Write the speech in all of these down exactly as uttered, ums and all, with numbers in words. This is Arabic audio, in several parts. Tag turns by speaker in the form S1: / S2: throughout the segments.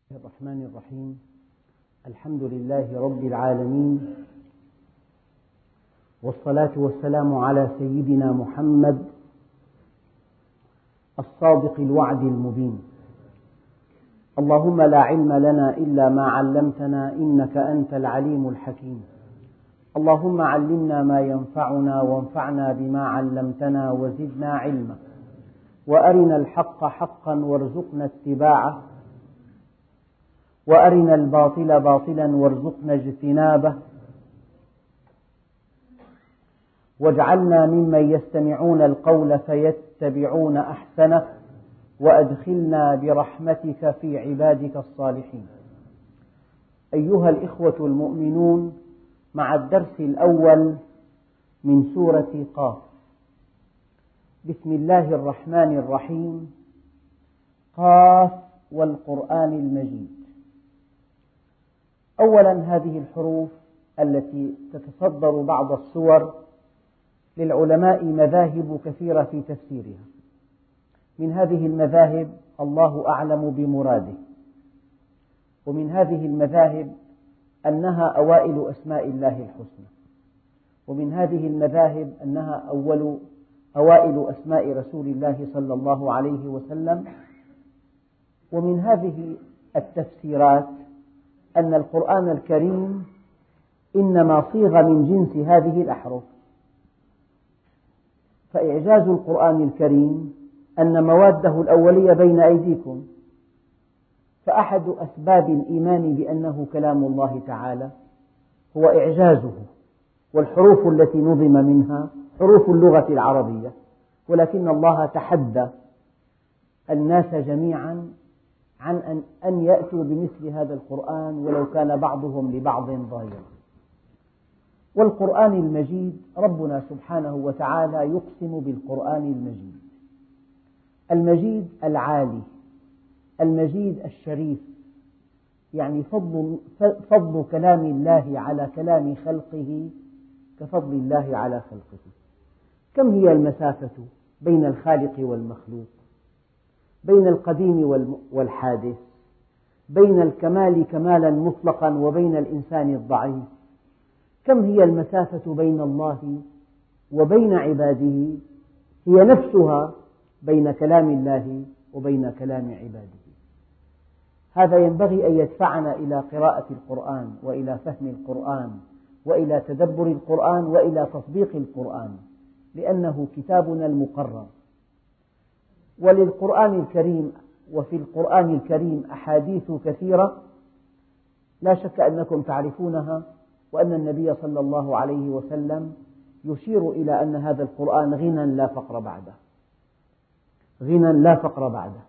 S1: الرحمن الرحيم. الحمد لله رب العالمين، والصلاة والسلام على سيدنا محمد الصادق الوعد المبين. اللهم لا علم لنا إلا ما علمتنا إنك أنت العليم الحكيم. اللهم علمنا ما ينفعنا وانفعنا بما علمتنا وزدنا علما، وأرنا الحق حقا وارزقنا اتباعه، وأرنا الباطل باطلا وارزقنا اجتنابه، واجعلنا ممن يستمعون القول فيتبعون أحسنه، وأدخلنا برحمتك في عبادك الصالحين. أيها الإخوة المؤمنون، مع الدرس الأول من سورة قاف. بسم الله الرحمن الرحيم. قاف والقرآن المجيد. أولا، هذه الحروف التي تتصدر بعض السور للعلماء مذاهب كثيرة في تفسيرها. من هذه المذاهب الله أعلم بمراده، ومن هذه المذاهب أنها أوائل أسماء الله الحسنى، ومن هذه المذاهب أنها أول أوائل أسماء رسول الله صلى الله عليه وسلم، ومن هذه التفسيرات أن القرآن الكريم إنما صيغ من جنس هذه الأحرف. فإعجاز القرآن الكريم أن مواده الأولية بين أيديكم، فأحد أسباب الإيمان بأنه كلام الله تعالى هو إعجازه، والحروف التي نظم منها حروف اللغة العربية، ولكن الله تحدى الناس جميعا عن أن يأتوا بمثل هذا القرآن ولو كان بعضهم لبعض ظاهرا. والقرآن المجيد، ربنا سبحانه وتعالى يقسم بالقرآن المجيد. المجيد العالي، المجيد الشريف، يعني فضل, فضل كلام الله على كلام خلقه كفضل الله على خلقه. كم هي المسافة بين الخالق والمخلوق، بين القديم والحادث، بين الكمال كمالا مطلقا وبين الإنسان الضعيف. كم هي المسافة بين الله وبين عباده، هي نفسها بين كلام الله وبين كلام عباده. هذا ينبغي أن يدفعنا إلى قراءة القرآن، وإلى فهم القرآن، وإلى تدبر القرآن، وإلى تطبيق القرآن، لأنه كتابنا المقرر. وللقرآن الكريم وفي القرآن الكريم أحاديث كثيرة لا شك أنكم تعرفونها، وأن النبي صلى الله عليه وسلم يشير إلى أن هذا القرآن غنى لا فقر بعده، غنى لا فقر بعده.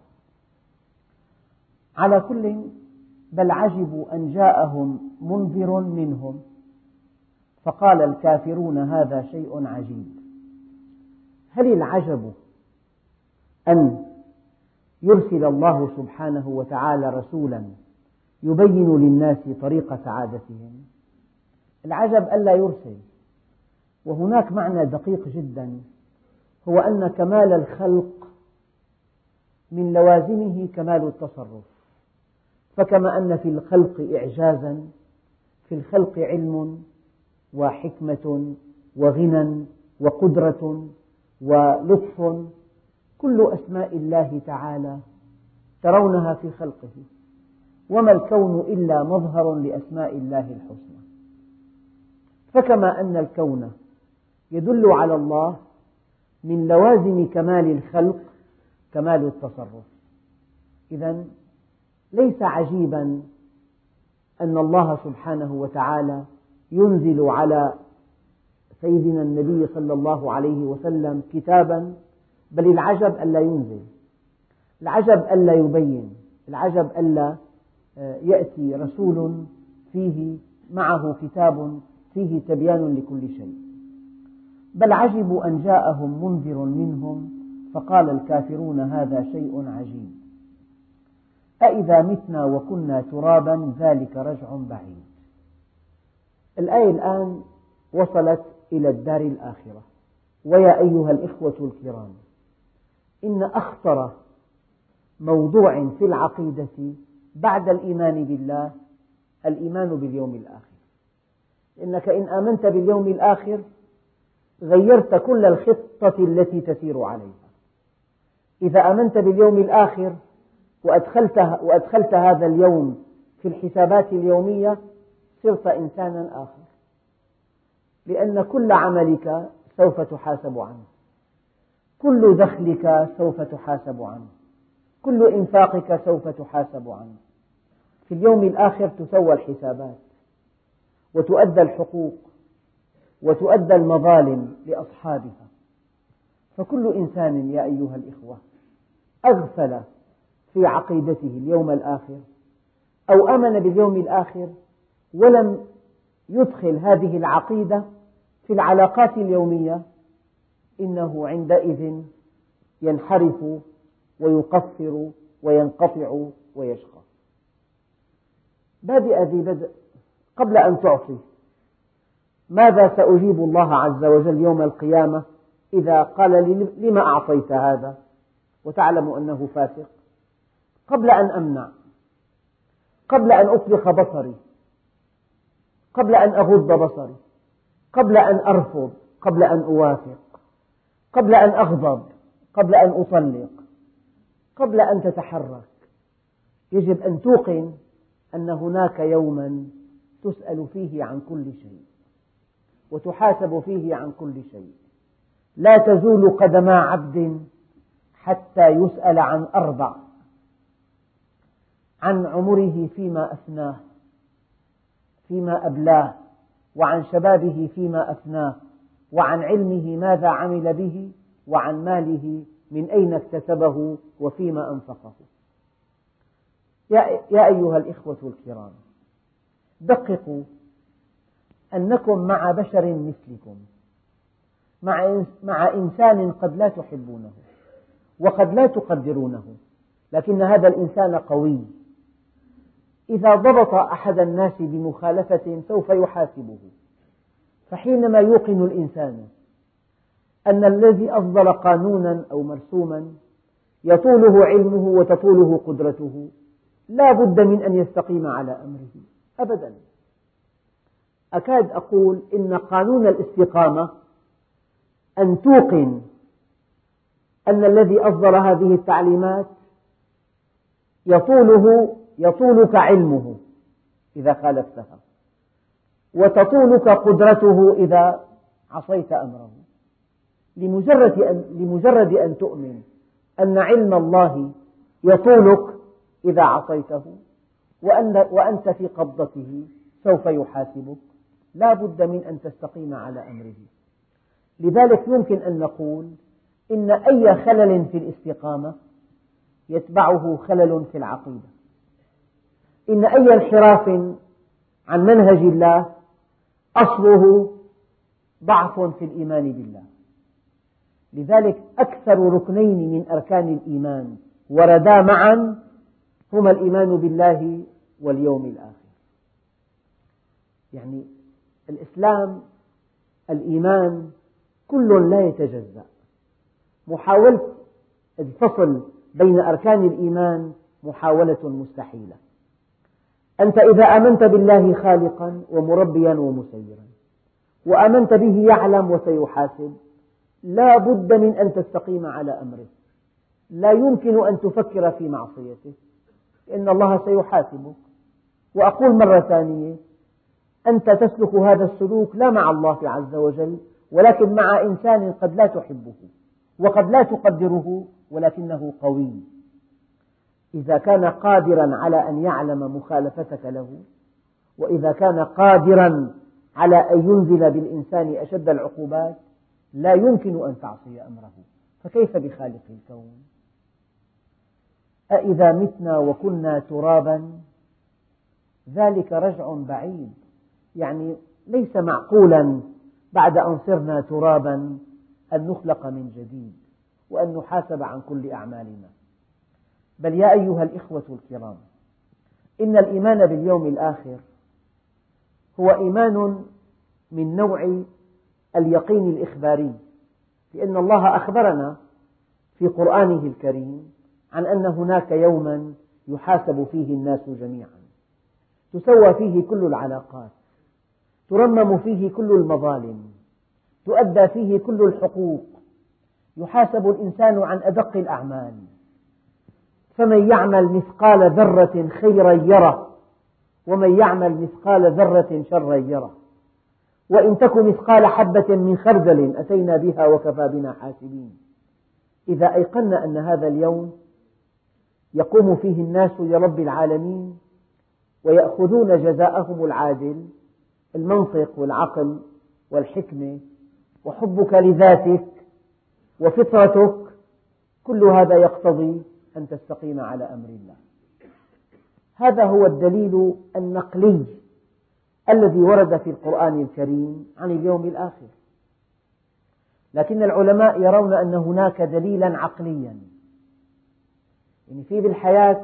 S1: على كل، بل عجبوا أن جاءهم منذر منهم فقال الكافرون هذا شيء عجيب. هل العجب أن يرسل الله سبحانه وتعالى رسولا يبين للناس طريق سعادتهم؟ العجب ألا يرسل. وهناك معنى دقيق جدا، هو أن كمال الخلق من لوازمه كمال التصرف. فكما أن في الخلق إعجازا، في الخلق علم وحكمة وغنى وقدرة ولطف، كل أسماء الله تعالى ترونها في خلقه، وما الكون إلا مظهر لأسماء الله الحسنى. فكما أن الكون يدل على الله، من لوازم كمال الخلق كمال التصرف. إذن ليس عجيبا أن الله سبحانه وتعالى ينزل على سيدنا النبي صلى الله عليه وسلم كتابا، بل العجب ألا ينزل، العجب ألا يبين، العجب ألا يأتي رسول فيه معه كتاب فيه تبيان لكل شيء. بل عجبوا أن جاءهم منذر منهم فقال الكافرون هذا شيء عجيب. أإذا متنا وكنا ترابا ذلك رجع بعيد. الآية الآن وصلت إلى الدار الآخرة. ويا أيها الإخوة الكرام، إن أخطر موضوع في العقيدة بعد الإيمان بالله الإيمان باليوم الآخر، إنك إن آمنت باليوم الآخر غيرت كل الخطة التي تسير عليها. إذا آمنت باليوم الآخر وأدخلت, وأدخلت هذا اليوم في الحسابات اليومية صرت إنسانا آخر، لأن كل عملك سوف تحاسب عنه، كل دخلك سوف تحاسب عنه، كل إنفاقك سوف تحاسب عنه. في اليوم الآخر تسوى الحسابات وتؤدى الحقوق وتؤدى المظالم لأصحابها. فكل إنسان يا أيها الإخوة أغفل في عقيدته اليوم الآخر أو آمن باليوم الآخر ولم يدخل هذه العقيدة في العلاقات اليومية، إنه عندئذ ينحرف ويقصر وينقطع ويشقى. بادئ ذي بدء، قبل أن تعطي ماذا سأجيب الله عز وجل يوم القيامة إذا قال لي لما أعطيت هذا وتعلم أنه فاسق؟ قبل أن أمنع، قبل أن أطلق بصري، قبل أن أغض بصري، قبل أن أرفض، قبل أن أوافق، قبل أن أغضب، قبل أن أطلق، قبل أن تتحرك، يجب أن توقن أن هناك يوما تسأل فيه عن كل شيء وتحاسب فيه عن كل شيء. لا تزول قدما عبد حتى يسأل عن أربع: عن عمره فيما أفناه فيما أبلاه، وعن شبابه فيما أفناه، وعن علمه ماذا عمل به، وعن ماله من أين اكتسبه وفيما أنفقه. يا أيها الإخوة الكرام، دققوا أنكم مع بشر مثلكم، مع إنسان قد لا تحبونه وقد لا تقدرونه، لكن هذا الإنسان قوي. إذا ضبط أحد الناس بمخالفة سوف يحاسبه، فحينما يوقن الإنسان أن الذي أصدر قانونا أو مرسوما يطوله علمه وتطوله قدرته لا بد من أن يستقيم على أمره أبدا. أكاد أقول إن قانون الاستقامة أن توقن أن الذي أصدر هذه التعليمات يطوله يطولك علمه إذا خالفتها، وتطولك قدرته إذا عصيت أمره، لمجرد أن, لمجرد أن تؤمن أن علم الله يطولك إذا عصيته وأن وأنت في قبضته سوف يحاسبك، لا بد من أن تستقيم على أمره. لذلك يمكن أن نقول إن أي خلل في الاستقامة يتبعه خلل في العقيدة، إن أي انحراف عن منهج الله أصله ضعف في الإيمان بالله. لذلك أكثر ركنين من أركان الإيمان وردا معا هما الإيمان بالله واليوم الآخر. يعني الإسلام، الإيمان كل لا يتجزأ. محاولة الفصل بين أركان الإيمان محاولة مستحيلة. أنت إذا آمنت بالله خالقا ومربيا ومسيرا وآمنت به يعلم وسيحاسب، لا بد من أن تستقيم على أمره، لا يمكن أن تفكر في معصيته، لأن الله سيحاسبك. وأقول مرة ثانية، أنت تسلك هذا السلوك لا مع الله عز وجل، ولكن مع إنسان قد لا تحبه وقد لا تقدره ولكنه قوي. إذا كان قادرا على أن يعلم مخالفتك له، وإذا كان قادرا على أن ينزل بالإنسان أشد العقوبات، لا يمكن أن تعصي أمره، فكيف بخالق الكون؟ أإذا متنا وكنا ترابا ذلك رجع بعيد. يعني ليس معقولا بعد أن صرنا ترابا أن نخلق من جديد وأن نحاسب عن كل أعمالنا. بل يا أيها الإخوة الكرام، إن الإيمان باليوم الآخر هو إيمان من نوع اليقين الإخباري، لأن الله أخبرنا في قرآنه الكريم عن أن هناك يوما يحاسب فيه الناس جميعا، تسوى فيه كل العلاقات، ترمم فيه كل المظالم، تؤدى فيه كل الحقوق، يحاسب الإنسان عن أدق الأعمال. فمن يعمل مثقال ذرة خيرا يره، ومن يعمل مثقال ذرة شرا يره، وإن تك مثقال حبة من خردل أتينا بها وكفى بنا حاسبين. إذا أيقنا أن هذا اليوم يقوم فيه الناس لرب العالمين ويأخذون جزاءهم العادل، المنطق والعقل والحكمة وحبك لذاتك وفطرتك، كل هذا يقتضي أن تستقيم على أمر الله. هذا هو الدليل النقلي الذي ورد في القرآن الكريم عن اليوم الآخر. لكن العلماء يرون أن هناك دليلا عقليا، يعني في بالحياة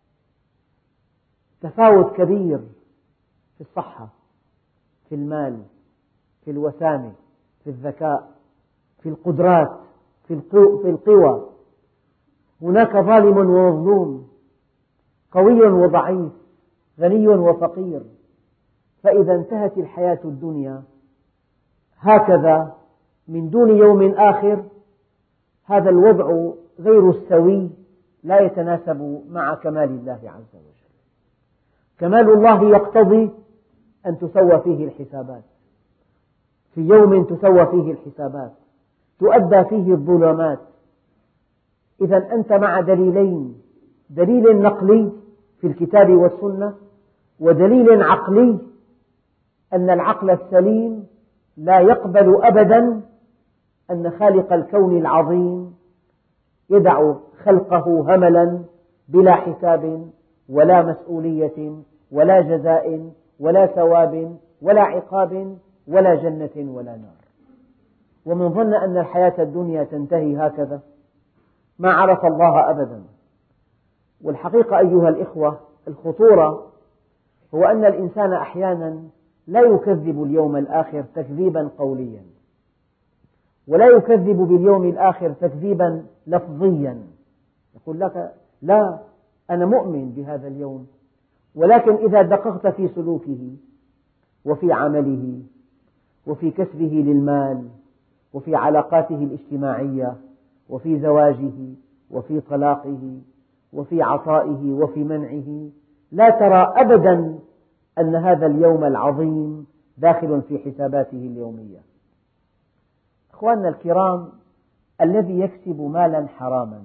S1: تفاوت كبير في الصحة، في المال، في الوسامة، في الذكاء، في القدرات، في القوى. هناك ظالم ومظلوم، قوي وضعيف، غني وفقير. فإذا انتهت الحياة الدنيا هكذا من دون يوم آخر، هذا الوضع غير السوي لا يتناسب مع كمال الله عز وجل. كمال الله يقتضي أن تسوى فيه الحسابات، في يوم تسوى فيه الحسابات، تؤدى فيه الظلمات. إذا أنت مع دليلين، دليل نقلي في الكتاب والسنة، ودليل عقلي أن العقل السليم لا يقبل أبدا أن خالق الكون العظيم يدع خلقه هملا بلا حساب ولا مسؤولية ولا جزاء ولا ثواب ولا عقاب ولا جنة ولا نار. ومن ظن أن الحياة الدنيا تنتهي هكذا ما عرف الله أبدا. والحقيقة أيها الإخوة، الخطورة هو أن الإنسان أحيانا لا يكذب اليوم الآخر تكذيبا قوليا، ولا يكذب باليوم الآخر تكذيبا لفظيا، يقول لك لا أنا مؤمن بهذا اليوم، ولكن إذا دققت في سلوكه وفي عمله وفي كسبه للمال وفي علاقاته الاجتماعية وفي زواجه وفي طلاقه وفي عطائه وفي منعه، لا ترى أبدا أن هذا اليوم العظيم داخل في حساباته اليومية. أخواننا الكرام، الذي يكسب مالا حراما،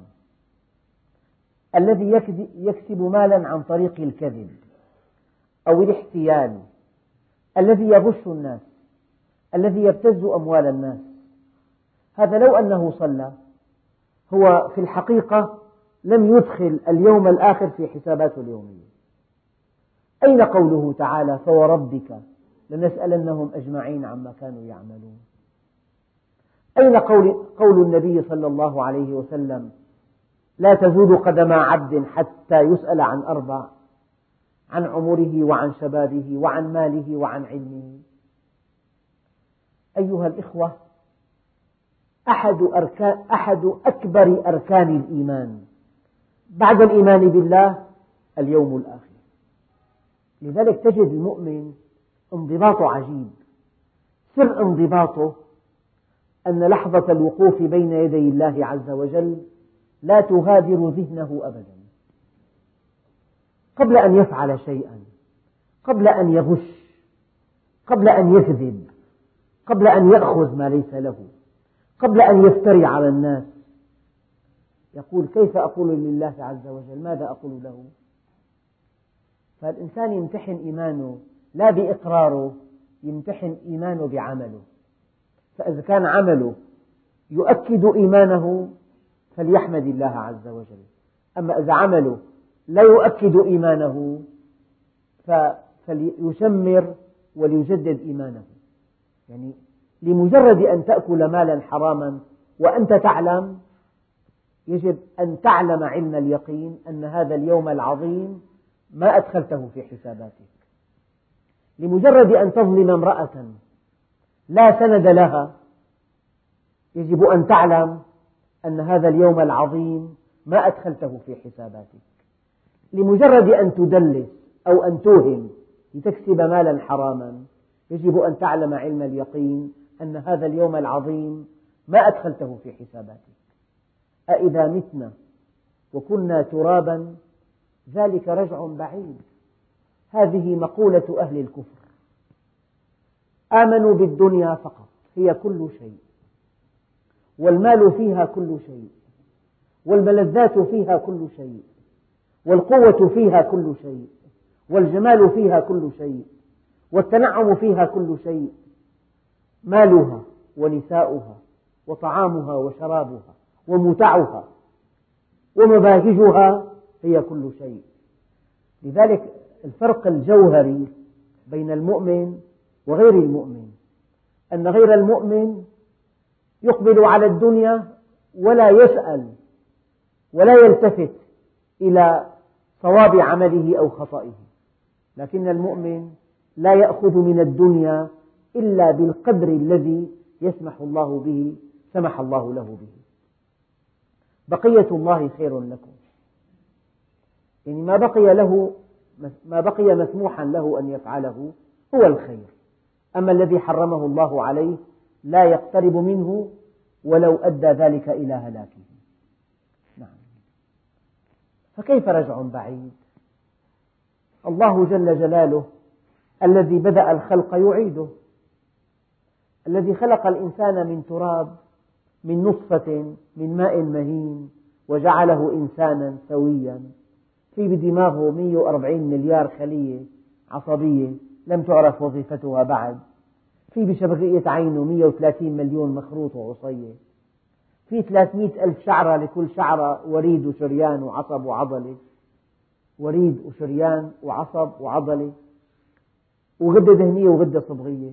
S1: الذي يكسب مالا عن طريق الكذب أو الاحتيال، الذي يغش الناس، الذي يبتز أموال الناس، هذا لو أنه صلى هو في الحقيقة لم يدخل اليوم الآخر في حساباته اليومية. أين قوله تعالى فوربك لنسألنهم أجمعين عما كانوا يعملون؟ أين قول, قول النبي صلى الله عليه وسلم لا تزول قدم عبد حتى يسأل عن أربع: عن عمره وعن شبابه وعن ماله وعن علمه. أيها الإخوة، أحد, أركان أحد أكبر أركان الإيمان بعد الإيمان بالله اليوم الآخر. لذلك تجد المؤمن انضباطه عجيب. سر انضباطه أن لحظة الوقوف بين يدي الله عز وجل لا تغادر ذهنه أبدا، قبل أن يفعل شيئا، قبل أن يغش، قبل أن يكذب، قبل أن يأخذ ما ليس له، قبل أن يفتري على الناس، يقول كيف أقول لله عز وجل؟ ماذا أقول له؟ فالإنسان يمتحن إيمانه لا بإقراره، يمتحن إيمانه بعمله. فإذا كان عمله يؤكد إيمانه فليحمد الله عز وجل، أما إذا عمله لا يؤكد إيمانه فليشمر وليجدد إيمانه. يعني لمجرد أن تأكل مالا حراما وأنت تعلم، يجب أن تعلم علم اليقين أن هذا اليوم العظيم ما أدخلته في حساباتك. لمجرد أن تظلم امرأة لا سند لها، يجب أن تعلم أن هذا اليوم العظيم ما أدخلته في حساباتك. لمجرد أن تدلس أو أن توهم لتكسب مالا حراما يجب أن تعلم علم اليقين أن هذا اليوم العظيم ما أدخلته في حساباتك. أإذا متنا وكنا ترابا ذلك رجع بعيد. هذه مقولة أهل الكفر، آمنوا بالدنيا فقط، هي كل شيء، والمال فيها كل شيء، والملذات فيها كل شيء، والقوة فيها كل شيء، والجمال فيها كل شيء، والتنعم فيها كل شيء، مالها ونساؤها وطعامها وشرابها ومتعها ومباهجها هي كل شيء. لذلك الفرق الجوهري بين المؤمن وغير المؤمن أن غير المؤمن يقبل على الدنيا ولا يسأل ولا يلتفت إلى صواب عمله أو خطئه، لكن المؤمن لا يأخذ من الدنيا إلا بالقدر الذي يسمح الله به سمح الله له به. بقية الله خير لكم، يعني ما بقي له ما بقي مسموحا له أن يفعله هو الخير، أما الذي حرمه الله عليه لا يقترب منه ولو أدى ذلك إلى هلاكه. نعم. فكيف رجع بعيد؟ الله جل جلاله الذي بدأ الخلق يعيده، الذي خلق الإنسان من تراب من نطفة من ماء مهين وجعله إنسانا سويا في بدماغه مئة وأربعين مليار خلية عصبية لم تعرف وظيفتها بعد، في بشبكية عينه مئة وثلاثين مليون مخروط وعصية، في ثلاثمئة ألف شعرة لكل شعرة وريد وشريان وعصب وعضلة، وريد وشريان وعصب وعضلة، وغدة دهنية وغدة صبغية،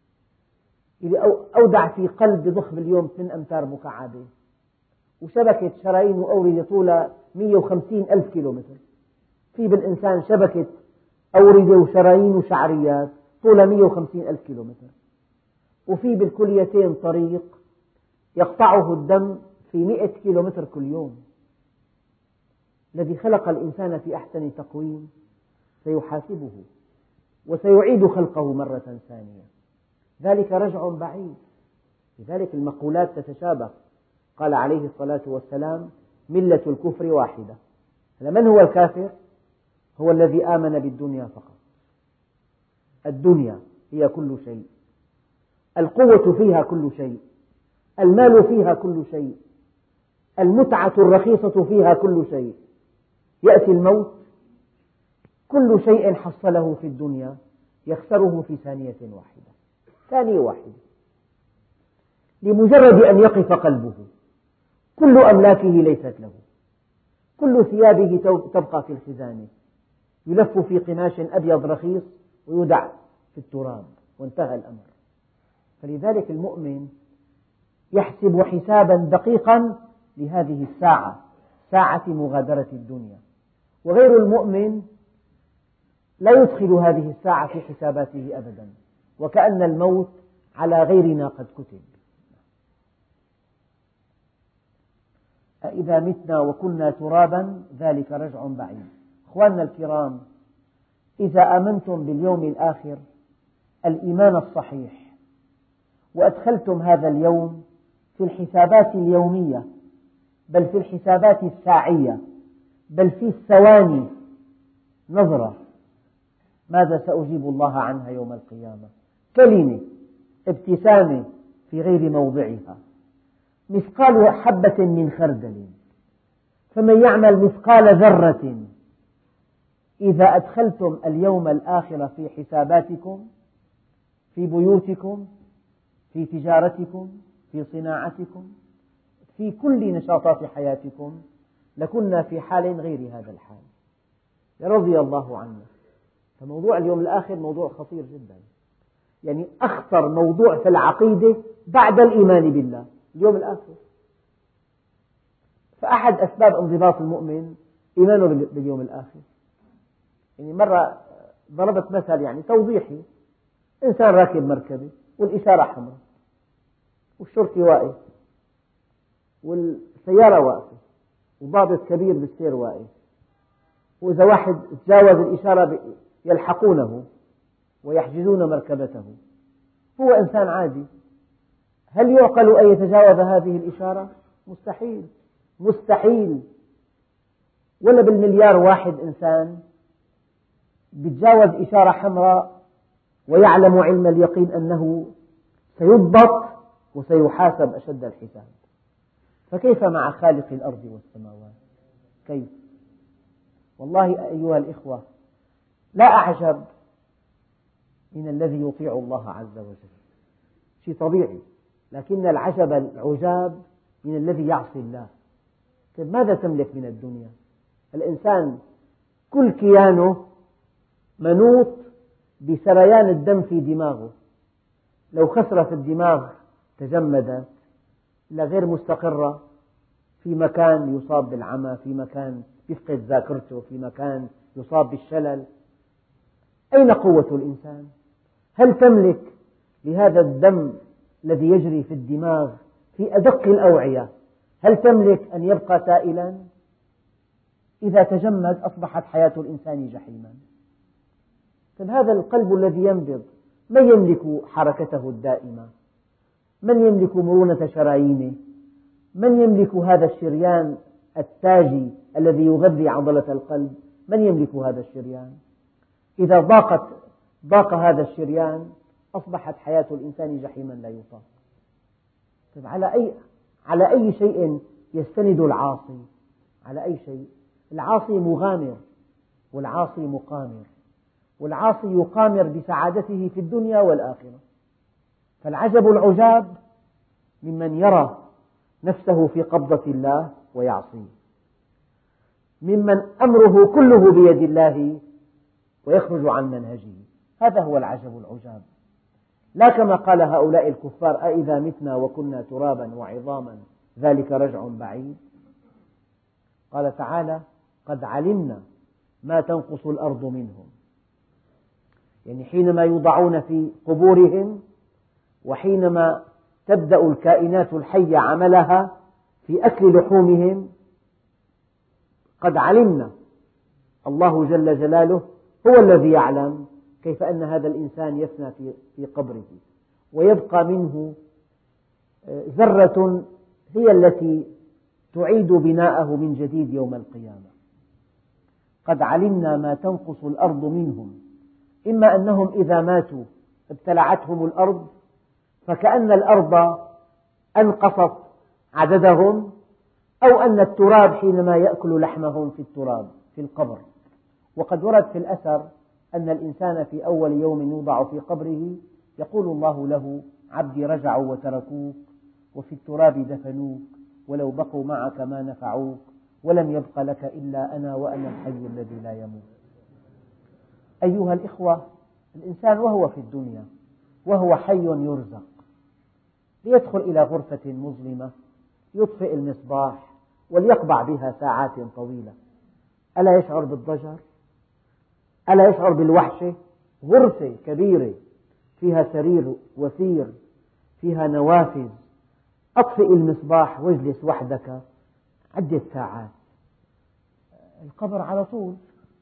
S1: اللي أودع في قلب ضخم اليوم اثنين أمتار مكعبة، وشبكة شرايين وأوردة طولها مئة وخمسين ألف كيلومتر. في بالإنسان شبكة أوردة وشرايين وشعريات طولها مئة وخمسين ألف كيلومتر، وفي بالكليتين طريق يقطعه الدم في مئة كيلومتر كل يوم. الذي خلق الإنسان في أحسن تقويم سيحاسبه وسيعيد خلقه مرة ثانية، ذلك رجع بعيد. لذلك المقولات تتشابه. قال عليه الصلاة والسلام: ملة الكفر واحدة. من هو الكافر؟ هو الذي آمن بالدنيا فقط. الدنيا هي كل شيء، القوة فيها كل شيء، المال فيها كل شيء، المتعة الرخيصة فيها كل شيء. يأتي الموت، كل شيء حصله في الدنيا يخسره في ثانية واحدة، ثانية واحدة، لمجرد أن يقف قلبه. كل أملاكه ليست له، كل ثيابه تبقى في الخزانة، يلف في قماش أبيض رخيص ويودع في التراب وانتهى الأمر. فلذلك المؤمن يحسب حسابا دقيقا لهذه الساعة، ساعة مغادرة الدنيا، وغير المؤمن لا يدخل هذه الساعة في حساباته أبدا، وكأن الموت على غيرنا قد كتب. أإذا متنا وكنا ترابا ذلك رجع بعيد. أخواننا الكرام، إذا آمنتم باليوم الآخر الإيمان الصحيح وأدخلتم هذا اليوم في الحسابات اليومية، بل في الحسابات الساعية، بل في الثواني نظرة ماذا سأجيب الله عنها يوم القيامة، كلمة، ابتسامة في غير موضعها، مثقال حبة من خردل، فمن يعمل مثقال ذرة. إذا أدخلتم اليوم الآخر في حساباتكم، في بيوتكم، في تجارتكم، في صناعتكم، في كل نشاطات حياتكم، لكنا في حال غير هذا الحال. رضي الله عنا. فموضوع اليوم الآخر موضوع خطير جدا، يعني أخطر موضوع في العقيدة بعد الإيمان بالله اليوم الآخر. فأحد أسباب انضباط المؤمن إيمانه باليوم الآخر. يعني مرة ضربت مثل يعني توضيحي، إنسان راكب مركبة والإشارة حمراء والشرطي واقف والسيارة واقفة وضابط كبير بالسير واقف، وإذا واحد تجاوز الإشارة يلحقونه ويحجزون مركبته، هو إنسان عادي. هل يعقل أن يتجاوز هذه الإشارة؟ مستحيل مستحيل. ولا بالمليار واحد إنسان يتجاوز إشارة حمراء ويعلم علم اليقين أنه سيضبط وسيحاسب أشد الحساب. فكيف مع خالق الأرض والسماوات؟ كيف؟ والله أيها الإخوة، لا أعجب من الذي يطيع الله عز وجل، شيء طبيعي، لكن العجب العجاب من الذي يعصي الله. ماذا تملك من الدنيا؟ الإنسان كل كيانه منوط بسريان الدم في دماغه، لو خسرت الدماغ تجمدت، لا غير مستقرة، في مكان يصاب بالعمى، في مكان يفقد ذاكرته، في مكان يصاب بالشلل. أين قوة الإنسان؟ هل تملك لهذا الدم الذي يجري في الدماغ في أدق الأوعية، هل تملك أن يبقى سائلا؟ إذا تجمد أصبحت حياة الإنسان جحيما. هذا القلب الذي ينبض من يملك حركته الدائمة؟ من يملك مرونة شرايينه؟ من يملك هذا الشريان التاجي الذي يغذي عضلة القلب؟ من يملك هذا الشريان؟ إذا ضاقت ضاق هذا الشريان أصبحت حياة الإنسان جحيما لا يطاق. طيب على أي على أي شيء يستند العاصي؟ على أي شيء؟ العاصي مغامر والعاصي مقامر، والعاصي يقامر بسعادته في الدنيا والآخرة. فالعجب العجاب ممن يرى نفسه في قبضة الله ويعصيه، ممن أمره كله بيد الله ويخرج عن منهجه. هذا هو العجب العجاب، لا كما قال هؤلاء الكفار: أإذا متنا وكنا ترابا وعظاما ذلك رجع بعيد. قال تعالى: قد علمنا ما تنقص الأرض منهم، يعني حينما يوضعون في قبورهم وحينما تبدأ الكائنات الحية عملها في أكل لحومهم، قد علمنا. الله جل جلاله هو الذي يعلم كيف أن هذا الإنسان يفنى في قبره ويبقى منه ذرة هي التي تعيد بناءه من جديد يوم القيامة. قد علمنا ما تنقص الأرض منهم، إما أنهم إذا ماتوا ابتلعتهم الأرض فكأن الأرض أنقصت عددهم، أو أن التراب حينما يأكل لحمهم في التراب في القبر. وقد ورد في الأثر أن الإنسان في أول يوم يوضع في قبره يقول الله له: عبدي رجعوا وتركوك وفي التراب دفنوك، ولو بقوا معك ما نفعوك، ولم يبق لك إلا أنا وأنا الحي الذي لا يموت. أيها الإخوة، الإنسان وهو في الدنيا وهو حي يرزق، ليدخل إلى غرفة مظلمة يطفئ المصباح وليقبع بها ساعات طويلة، ألا يشعر بالضجر؟ ألا يشعر بالوحشة؟ غرفة كبيرة فيها سرير وثير، فيها نوافذ، أطفئ المصباح واجلس وحدك عدة ساعات. القبر على طول،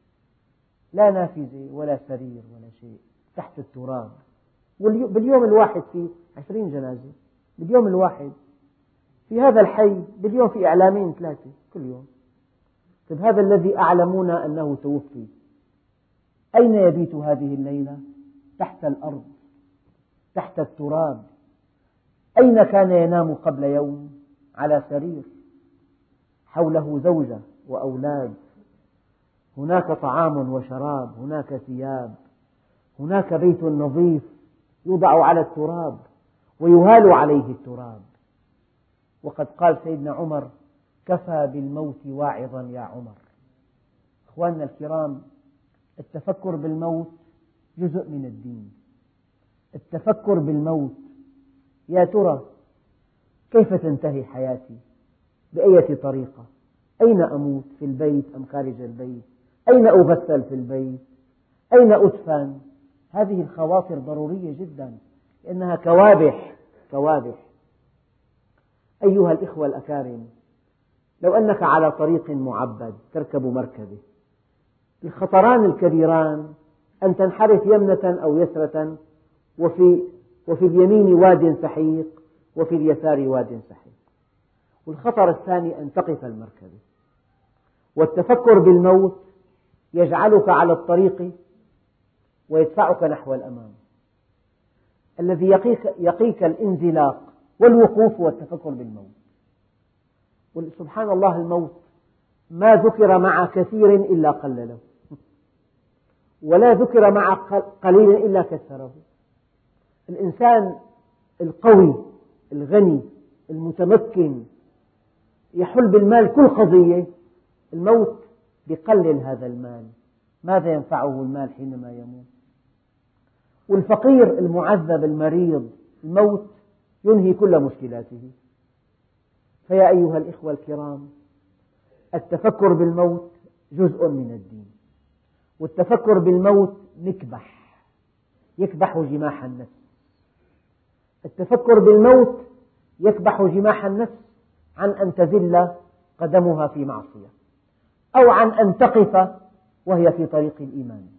S1: لا نافذة ولا سرير ولا شيء، تحت التراب. باليوم الواحد في عشرين جنازة، باليوم الواحد في هذا الحي، باليوم في إعلامين ثلاثة كل يوم. طيب هذا الذي أعلمونا أنه توفي أين يبيت هذه الليلة؟ تحت الأرض، تحت التراب. أين كان ينام قبل يوم؟ على سرير، حوله زوجة وأولاد، هناك طعام وشراب، هناك ثياب، هناك بيت نظيف يوضع على التراب ويهال عليه التراب. وقد قال سيدنا عمر: كفى بالموت واعظا يا عمر. أخواننا الكرام، التفكر بالموت جزء من الدين. التفكر بالموت، يا ترى كيف تنتهي حياتي؟ بأية طريقة؟ أين أموت؟ في البيت أم خارج البيت؟ أين أغسل في البيت؟ أين أدفن؟ هذه الخواطر ضرورية جدا، لأنها كوابح كوابح. أيها الإخوة الأكارم، لو أنك على طريق معبد تركب مركبة الخطران الكبيران أن تنحرف يمنة أو يسرة، وفي, وفي اليمين واد سحيق وفي اليسار واد سحيق. والخطر الثاني أن تقف المركبة، والتفكر بالموت يجعلك على الطريق ويدفعك نحو الأمام. الذي يقيك, يقيك الانزلاق والوقوف والتفكر بالموت. سبحان الله، الموت ما ذكر مع كثير إلا قلله، ولا ذكر مع قليل إلا كثره. الإنسان القوي الغني المتمكن يحل بالمال كل قضية، الموت يقلل هذا المال. ماذا ينفعه المال حينما يموت؟ والفقير المعذب المريض، الموت ينهي كل مشكلاته. فيا أيها الإخوة الكرام، التفكر بالموت جزء من الدين، والتفكر بالموت مكبح يكبح جماح النفس. التفكر بالموت يكبح جماح النفس عن أن تزل قدمها في معصية، أو عن أن تقف وهي في طريق الإيمان.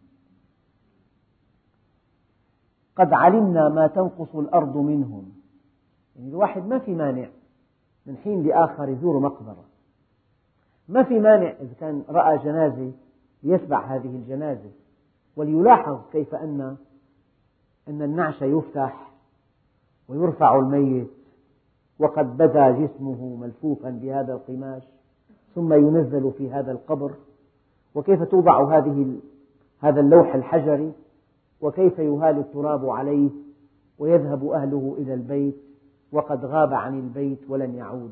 S1: قد علمنا ما تنقص الأرض منهم. يعني الواحد ما في مانع من حين لآخر يزور مقبرة، ما في مانع إذا كان رأى جنازة ليتبع هذه الجنازة، وليلاحظ كيف أن أن النعش يفتح ويرفع الميت وقد بدا جسمه ملفوفا بهذا القماش، ثم ينزل في هذا القبر، وكيف توضع هذه هذا اللوح الحجري، وكيف يهال التراب عليه، ويذهب أهله إلى البيت وقد غاب عن البيت ولن يعود.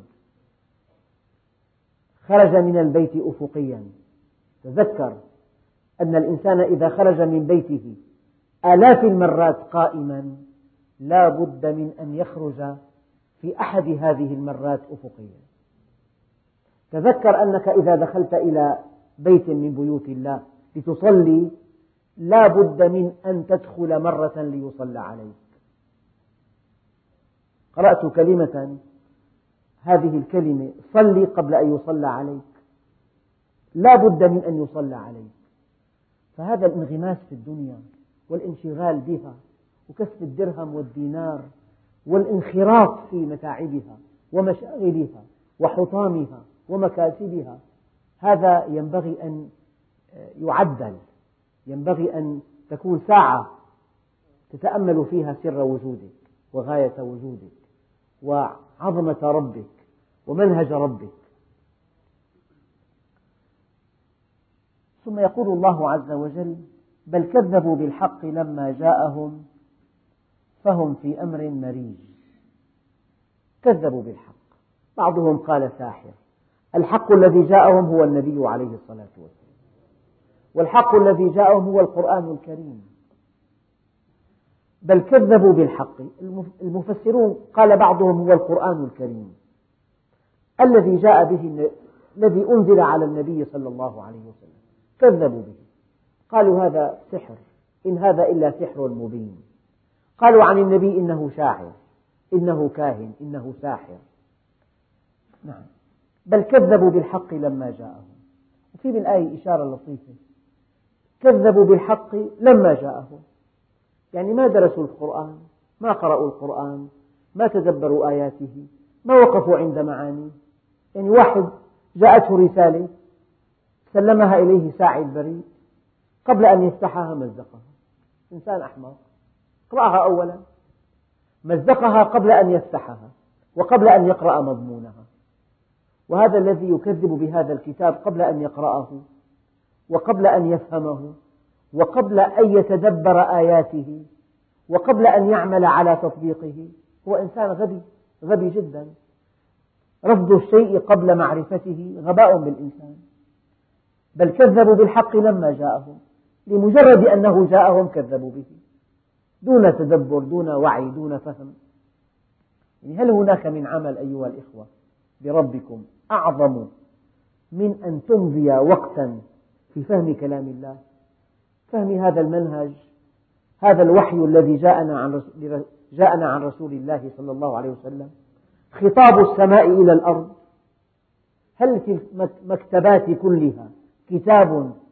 S1: خرج من البيت أفقيا. تذكر أن الإنسان إذا خرج من بيته آلاف المرات قائما لا بد من أن يخرج في أحد هذه المرات أفقيا. تذكر أنك إذا دخلت إلى بيت من بيوت الله لتصلي لا بد من أن تدخل مرة ليصلى عليك. قرأت كلمة، هذه الكلمة صلي قبل أن يصلى عليك، لا بد من أن يصلى عليك. فهذا الانغماس في الدنيا والانشغال بها وكسب الدرهم والدينار والانخراط في متاعبها ومشاغلها وحطامها ومكاسبها، هذا ينبغي أن يعدل. ينبغي أن تكون ساعة تتأمل فيها سر وجودك وغاية وجودك وعظمة ربك ومنهج ربك. ثم يقول الله عز وجل: بل كذبوا بالحق لما جاءهم فهم في أمر مريج. كذبوا بالحق، بعضهم قال ساحر. الحق الذي جاءهم هو النبي عليه الصلاة والسلام، والحق الذي جاءهم هو القرآن الكريم. بل كذبوا بالحق، المفسرون قال بعضهم هو القرآن الكريم الذي جاء به، الذي أنزل على النبي صلى الله عليه وسلم. كذبوا به، قالوا هذا سحر، إن هذا إلا سحر مبين. قالوا عن النبي إنه شاعر، إنه كاهن، إنه ساحر. نعم، بل كذبوا بالحق لما جاءهم. وفي بالآية إشارة لطيفة، كذبوا بالحق لما جاءهم، يعني ما درسوا القرآن، ما قرأوا القرآن، ما تدبروا آياته، ما وقفوا عند معانيه. يعني واحد جاءته رسالة سلمها إليه ساعي البريد، قبل أن يفتحها مزقها. إنسان أحمق، اقرأها أولا. مزقها قبل أن يفتحها وقبل أن يقرأ مضمونها. وهذا الذي يكذب بهذا الكتاب قبل أن يقرأه وقبل أن يفهمه وقبل أن يتدبر آياته وقبل أن يعمل على تطبيقه هو إنسان غبي، غبي جدا. رفض الشيء قبل معرفته غباء بالإنسان. بل كذبوا بالحق لما جاءهم، لمجرد أنه جاءهم كذبوا به، دون تدبر، دون وعي، دون فهم. يعني هل هناك من عمل أيها الإخوة بربكم أعظم من أن تمضي وقتا في فهم كلام الله، فهم هذا المنهج، هذا الوحي الذي جاءنا عن جاءنا عن رسول الله صلى الله عليه وسلم، خطاب السماء إلى الأرض. هل في المكتبات كلها كتاب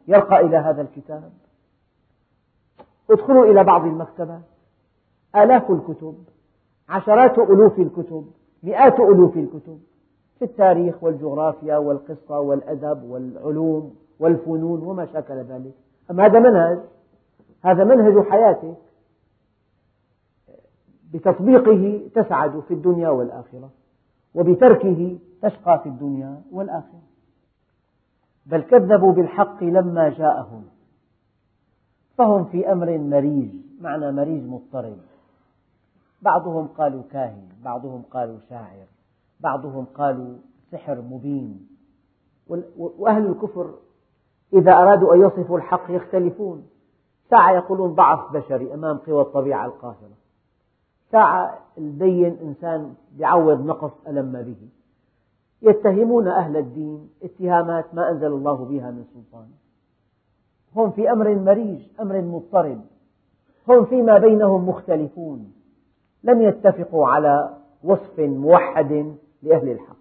S1: يرقى إلى هذا الكتاب؟ ادخلوا إلى بعض المكتبات، آلاف الكتب، عشرات ألوف الكتب، مئات ألوف الكتب في التاريخ والجغرافيا والقصة والأدب والعلوم والفنون وما شاكل ذلك. أما هذا منهج، هذا منهج حياتك، بتطبيقه تسعد في الدنيا والآخرة، وبتركه تشقى في الدنيا والآخرة. بل كذبوا بالحق لما جاءهم فهم في أمر مريج. معنى مريج مضطرب، بعضهم قالوا كاهن، بعضهم قالوا شاعر، بعضهم قالوا سحر مبين. وأهل الكفر إذا أرادوا أن يصفوا الحق يختلفون، ساعة يقولون ضعف بشري أمام قوى الطبيعة القاهرة، ساعة الدين إنسان يعوض نقص ألم به. يتهمون أهل الدين اتهامات ما أنزل الله بها من سلطان. هم في أمر مريج، أمر مضطرب، هم فيما بينهم مختلفون، لم يتفقوا على وصف موحد لأهل الحق.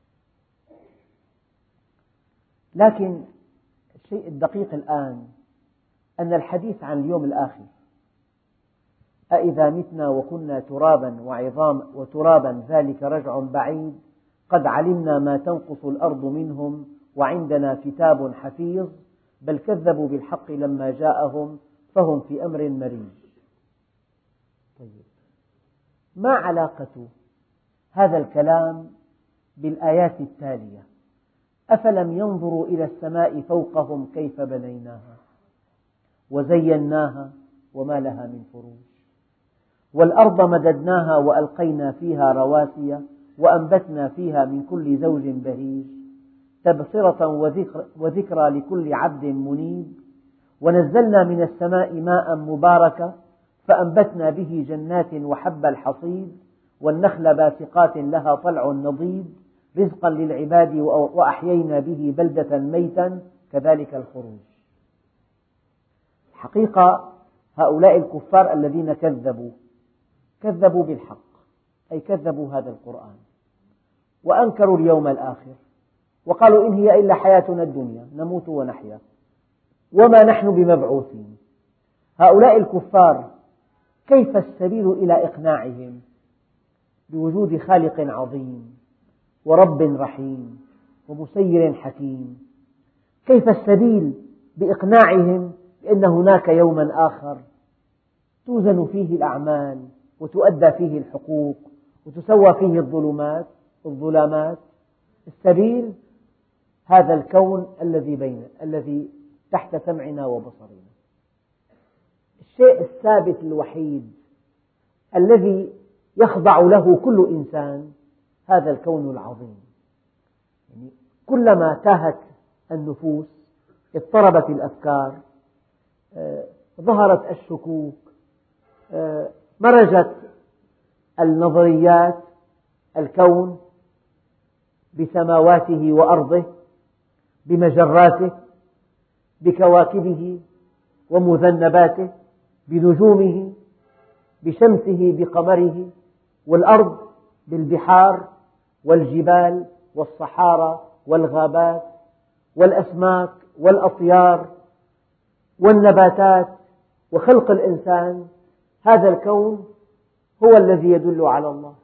S1: لكن الشيء الدقيق الآن أن الحديث عن اليوم الآخر، أإذا متنا وكنا ترابا وعظام وترابا ذلك رجع بعيد، قد علمنا ما تنقص الأرض منهم وعندنا كتاب حفيظ، بل كذبوا بالحق لما جاءهم فهم في أمر مريج. طيب، ما علاقة هذا الكلام بالآيات التالية؟ أفلم ينظروا إلى السماء فوقهم كيف بنيناها وزيناها وما لها من فروج، والأرض مددناها وألقينا فيها رواسي وأنبتنا فيها من كل زوج بهيج، تبصرة وذكر وذكرى لكل عبد منيب، ونزلنا من السماء ماء مباركا فأنبتنا به جنات وحب الحصيد والنخل باسقات لها طلع نضيد، رزقا للعباد وأحيينا به بلدة ميتا كذلك الخروج. الحقيقة هؤلاء الكفار الذين كذبوا كذبوا بالحق، أي كذبوا هذا القرآن، وأنكروا اليوم الآخر، وقالوا إن هي إلا حياتنا الدنيا نموت ونحيا وما نحن بمبعوثين. هؤلاء الكفار كيف السبيل إلى إقناعهم بوجود خالق عظيم ورب رحيم ومسير حكيم؟ كيف السبيل بإقناعهم بأن هناك يوما آخر توزن فيه الأعمال وتؤدى فيه الحقوق وتسوى فيه الظلمات الظلامات؟ السبيل هذا الكون الذي بين الذي تحت سمعنا وبصرنا. الشيء الثابت الوحيد الذي يخضع له كل إنسان هذا الكون العظيم. يعني كلما تاهت النفوس، اضطربت الأفكار، ظهرت الشكوك، مرجت النظريات، الكون بسماواته وأرضه، بمجراته، بكواكبه ومذنباته، بنجومه، بشمسه، بقمره، والأرض بالبحار والجبال والصحارى والغابات والأسماك والأطيار والنباتات وخلق الإنسان. هذا الكون هو الذي يدل على الله،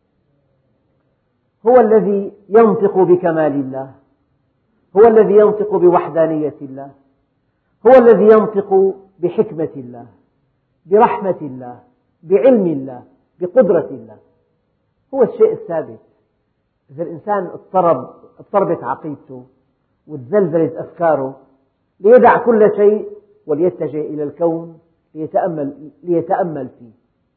S1: هو الذي ينطق بكمال الله، هو الذي ينطق بوحدانية الله، هو الذي ينطق بحكمة الله، برحمة الله، بعلم الله، بقدرة الله. هو الشيء الثابت. إذا الإنسان اضطرب اضطربت عقيدته وتزلزلت أفكاره، ليدع كل شيء وليتجه إلى الكون ليتأمل, ليتأمل فيه.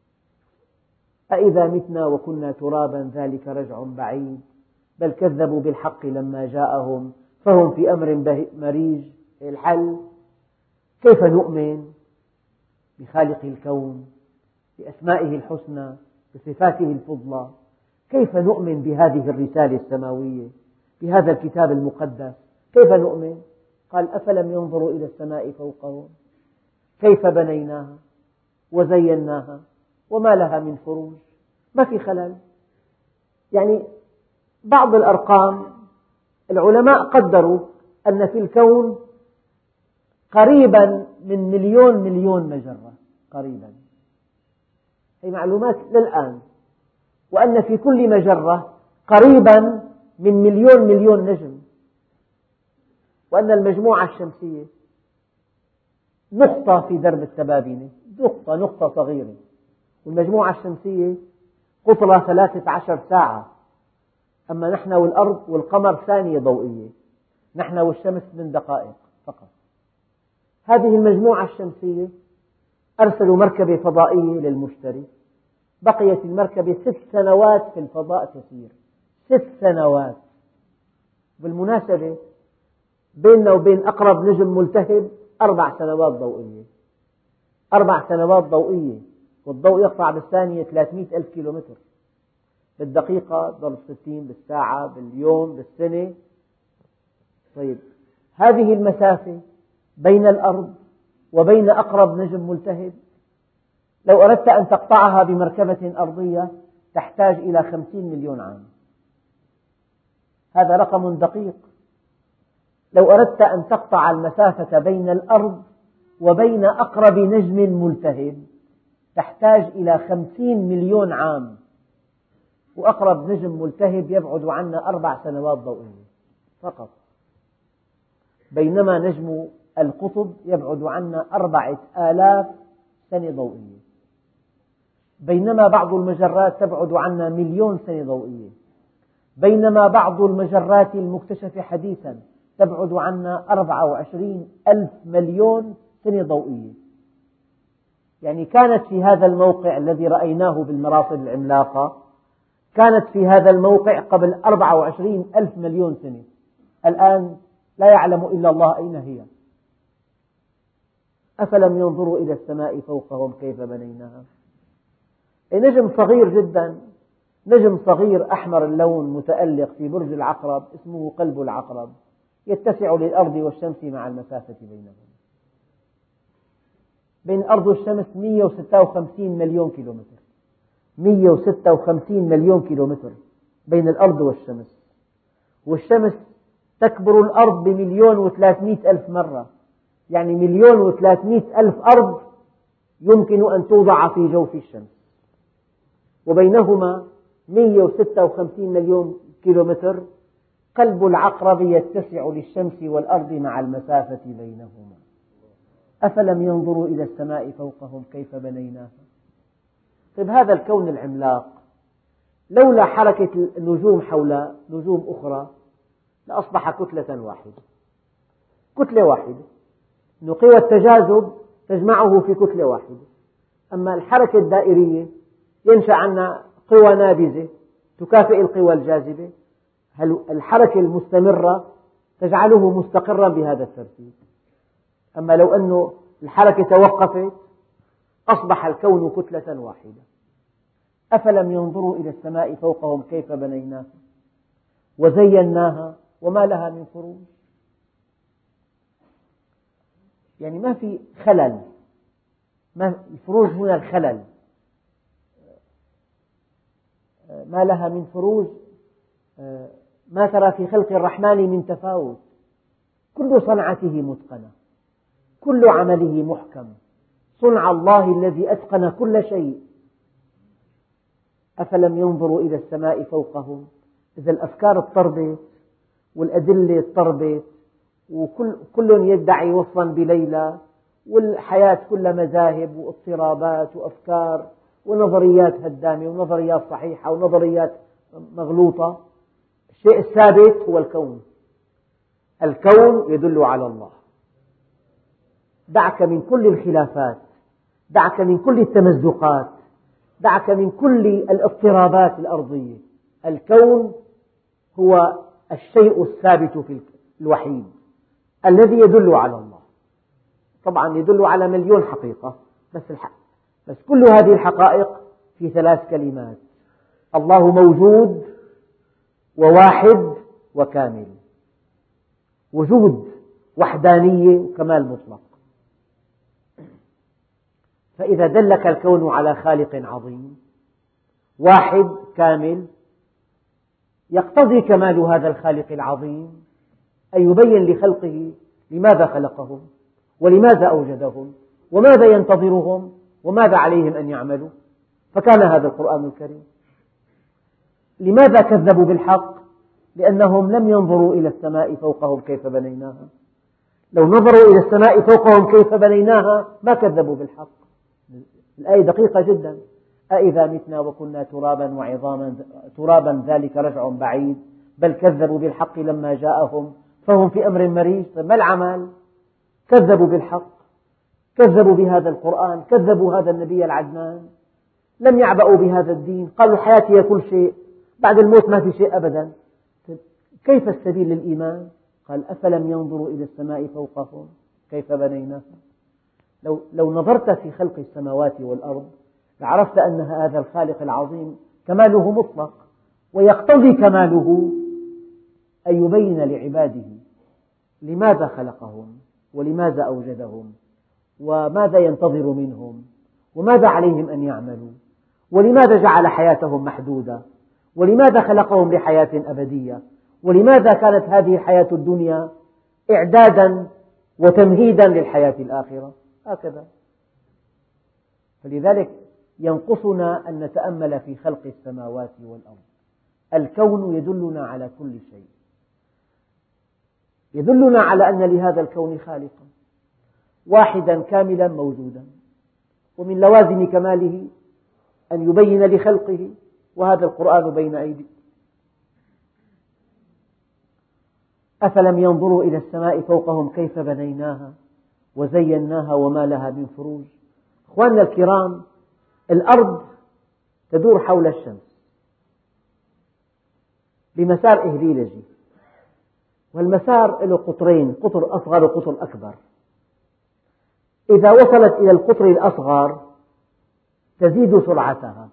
S1: أإذا متنا وكنا ترابا ذلك رجع بعيد، بل كذبوا بالحق لما جاءهم فهم في أمر مريج. الحل كيف نؤمن بخالق الكون، بأسمائه الحسنى، بصفاته الفضلى؟ كيف نؤمن بهذه الرسالة السماوية، بهذا الكتاب المقدس؟ كيف نؤمن؟ قال أفلم ينظروا إلى السماء فوقهم كيف بنيناها وزيناها وما لها من فروج. ما في خلل. يعني بعض الأرقام العلماء قدروا أن في الكون قريبا من مليون مليون مجرة، قريبا. هي معلومات للآن. وأن في كل مجرة قريبا من مليون مليون نجم. وأن المجموعة الشمسية نقطة في درب التبابنة، نقطة نقطة صغيرة. والمجموعة الشمسية قطرها ثلاثة عشر ساعة. أما نحن والأرض والقمر ثانية ضوئية، نحن والشمس من دقائق فقط. هذه المجموعة الشمسية أرسلوا مركبة فضائية للمشتري، بقيت المركبة ست سنوات في الفضاء تسير، ست سنوات. بالمناسبة بيننا وبين أقرب نجم ملتهب أربع سنوات ضوئية، أربع سنوات ضوئية، والضوء يقطع بالثانية ثلاثمئة ألف كيلومتر، بالدقيقة ضرب ستين، بالساعة، باليوم، بالسنة. طيب، هذه المسافة بين الأرض وبين أقرب نجم ملتهب، لو أردت أن تقطعها بمركبة أرضية تحتاج إلى خمسين مليون عام. هذا رقم دقيق. لو أردت أن تقطع المسافة بين الأرض وبين أقرب نجم ملتهب تحتاج إلى خمسين مليون عام، وأقرب نجم ملتهب يبعد عنا أربع سنوات ضوئية فقط، بينما نجم القطب يبعد عنا أربعة آلاف سنة ضوئية، بينما بعض المجرات تبعد عنا مليون سنة ضوئية، بينما بعض المجرات المكتشفة حديثا تبعد عنا أربعة وعشرين ألف مليون سنة ضوئية. يعني كانت في هذا الموقع الذي رأيناه بالمراصد العملاقة، كانت في هذا الموقع قبل أربعة وعشرين ألف مليون سنة، الآن لا يعلم إلا الله أين هي. أفلم ينظروا إلى السماء فوقهم كيف بنيناها. نجم صغير جدا، نجم صغير أحمر اللون متألق في برج العقرب اسمه قلب العقرب، يتسع للأرض والشمس مع المسافة بينهم. بين الأرض والشمس مئة وستة وخمسين مليون كيلومتر، مئة وستة وخمسين مليون كيلومتر بين الأرض والشمس. والشمس تكبر الأرض بمليون وثلاثمئة ألف مرة، يعني مليون وثلاثمئة ألف أرض يمكن أن توضع في جوف الشمس، وبينهما مئة وستة وخمسين مليون كيلومتر. قلب العقرب يتسع للشمس والأرض مع المسافة بينهما. أفلم ينظروا إلى السماء فوقهم كيف بنيناها. طيب، هذا الكون العملاق لولا حركة النجوم حول نجوم أخرى لأصبح كتلة واحدة، كتلة واحدة، إنه قوى التجاذب تجمعه في كتلة واحدة. أما الحركة الدائرية ينشأ عنها قوى نابذة تكافئ القوى الجاذبة، الحركة المستمرة تجعله مستقرا بهذا الترتيب. أما لو أن الحركة توقفت أصبح الكون كتلة واحدة. أفلم ينظروا إلى السماء فوقهم كيف بنيناها وزيناها وما لها من فروج. يعني ما في خلل، ما الفروج هنا الخلل، ما لها من فروج. ما ترى في خلق الرحمن من تفاوت، كل صنعته متقنة، كل عمله محكم، صنع الله الذي أتقن كل شيء. أفلم ينظروا إلى السماء فوقهم. إذا الأفكار اضطربت والأدلة اضطربت وكل كل يدعي وصفا بليلى، والحياة كلها مذاهب واضطرابات وأفكار ونظريات هدامة ونظريات صحيحة ونظريات مغلوطة، الشيء الثابت هو الكون. الكون يدل على الله. دعك من كل الخلافات، دعك من كل التمزقات، دعك من كل الاضطرابات الأرضية. الكون هو الشيء الثابت في الوحيد الذي يدل على الله. طبعا يدل على مليون حقيقة، بس, الحق بس كل هذه الحقائق في ثلاث كلمات: الله موجود وواحد وكامل. وجود، وحدانية، وكمال مطلق. فإذا دلك الكون على خالق عظيم واحد كامل، يقتضي كمال هذا الخالق العظيم أن يبين لخلقه لماذا خلقهم ولماذا أوجدهم وماذا ينتظرهم وماذا عليهم أن يعملوا. فكان هذا القرآن الكريم. لماذا كذبوا بالحق؟ لأنهم لم ينظروا إلى السماء فوقهم كيف بنيناها. لو نظروا إلى السماء فوقهم كيف بنيناها ما كذبوا بالحق. الآية دقيقة جدا. أإذا متنا وكنا ترابا وعظاما ترابا ذلك رجع بعيد بل كذبوا بالحق لما جاءهم فهم في أمر مريج. ما العمل؟ كذبوا بالحق، كذبوا بهذا القرآن، كذبوا هذا النبي العدنان، لم يعبأوا بهذا الدين، قالوا الحياة هي كل شيء، بعد الموت ما في شيء أبدا. كيف السبيل للإيمان؟ قال أفلم ينظروا إلى السماء فوقهم كيف بنيناها. لو, لو نظرت في خلق السماوات والأرض لعرفت أن هذا الخالق العظيم كماله مطلق، ويقتضي كماله أن يبين لعباده لماذا خلقهم ولماذا أوجدهم وماذا ينتظر منهم وماذا عليهم أن يعملوا ولماذا جعل حياتهم محدودة ولماذا خلقهم لحياة أبدية ولماذا كانت هذه الحياة الدنيا إعدادا وتمهيدا للحياة الآخرة. هكذا. فلذلك ينقصنا أن نتأمل في خلق السماوات والأرض. الكون يدلنا على كل شيء، يدلنا على أن لهذا الكون خالقا واحدا كاملا موجودا، ومن لوازم كماله أن يبين لخلقه، وهذا القرآن بين أيدينا. أفلم ينظروا إلى السماء فوقهم كيف بنيناها وزيناها وما لها من فروج. أخواننا الكرام، الأرض تدور حول الشمس بمسار إهليلجي، والمسار له قطرين، قطر أصغر وقطر أكبر. إذا وصلت إلى القطر الأصغر تزيد سرعتها،